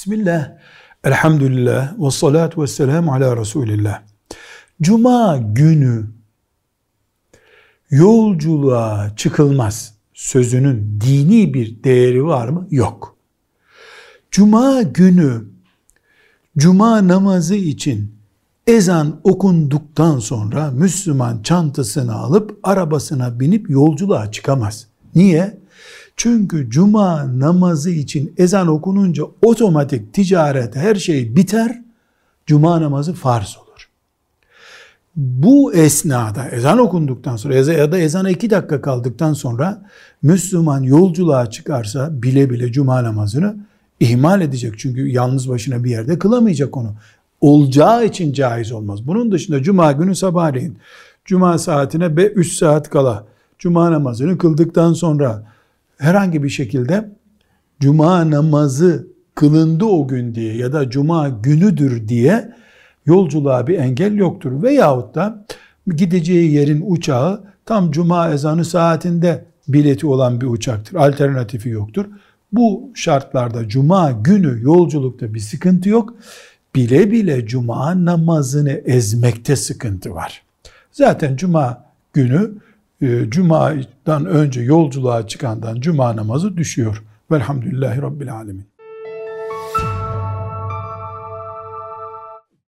Bismillah, elhamdülillah, ve salatu ve selamu ala Resulillah. Cuma günü yolculuğa çıkılmaz sözünün dini bir değeri var mı? Yok. Cuma günü, cuma namazı için ezan okunduktan sonra Müslüman çantasını alıp arabasına binip yolculuğa çıkamaz. Niye? Çünkü cuma namazı için ezan okununca otomatik ticaret, her şey biter, cuma namazı farz olur. Bu esnada ezan okunduktan sonra ya da ezana 2 dakika kaldıktan sonra Müslüman yolculuğa çıkarsa bile bile cuma namazını ihmal edecek. Çünkü yalnız başına bir yerde kılamayacak onu. Olacağı için caiz olmaz. Bunun dışında cuma günü sabahleyin, cuma saatine 3 saat kala cuma namazını kıldıktan sonra herhangi bir şekilde cuma namazı kılındı o gün diye ya da cuma günüdür diye yolculuğa bir engel yoktur. Veyahut da gideceği yerin uçağı tam cuma ezanı saatinde bileti olan bir uçaktır. Alternatifi yoktur. Bu şartlarda cuma günü yolculukta bir sıkıntı yok. Bile bile cuma namazını ezmekte sıkıntı var. Zaten cuma günü Cuma'dan önce yolculuğa çıkandan cuma namazı düşüyor. Velhamdülillahi Rabbil Alemin.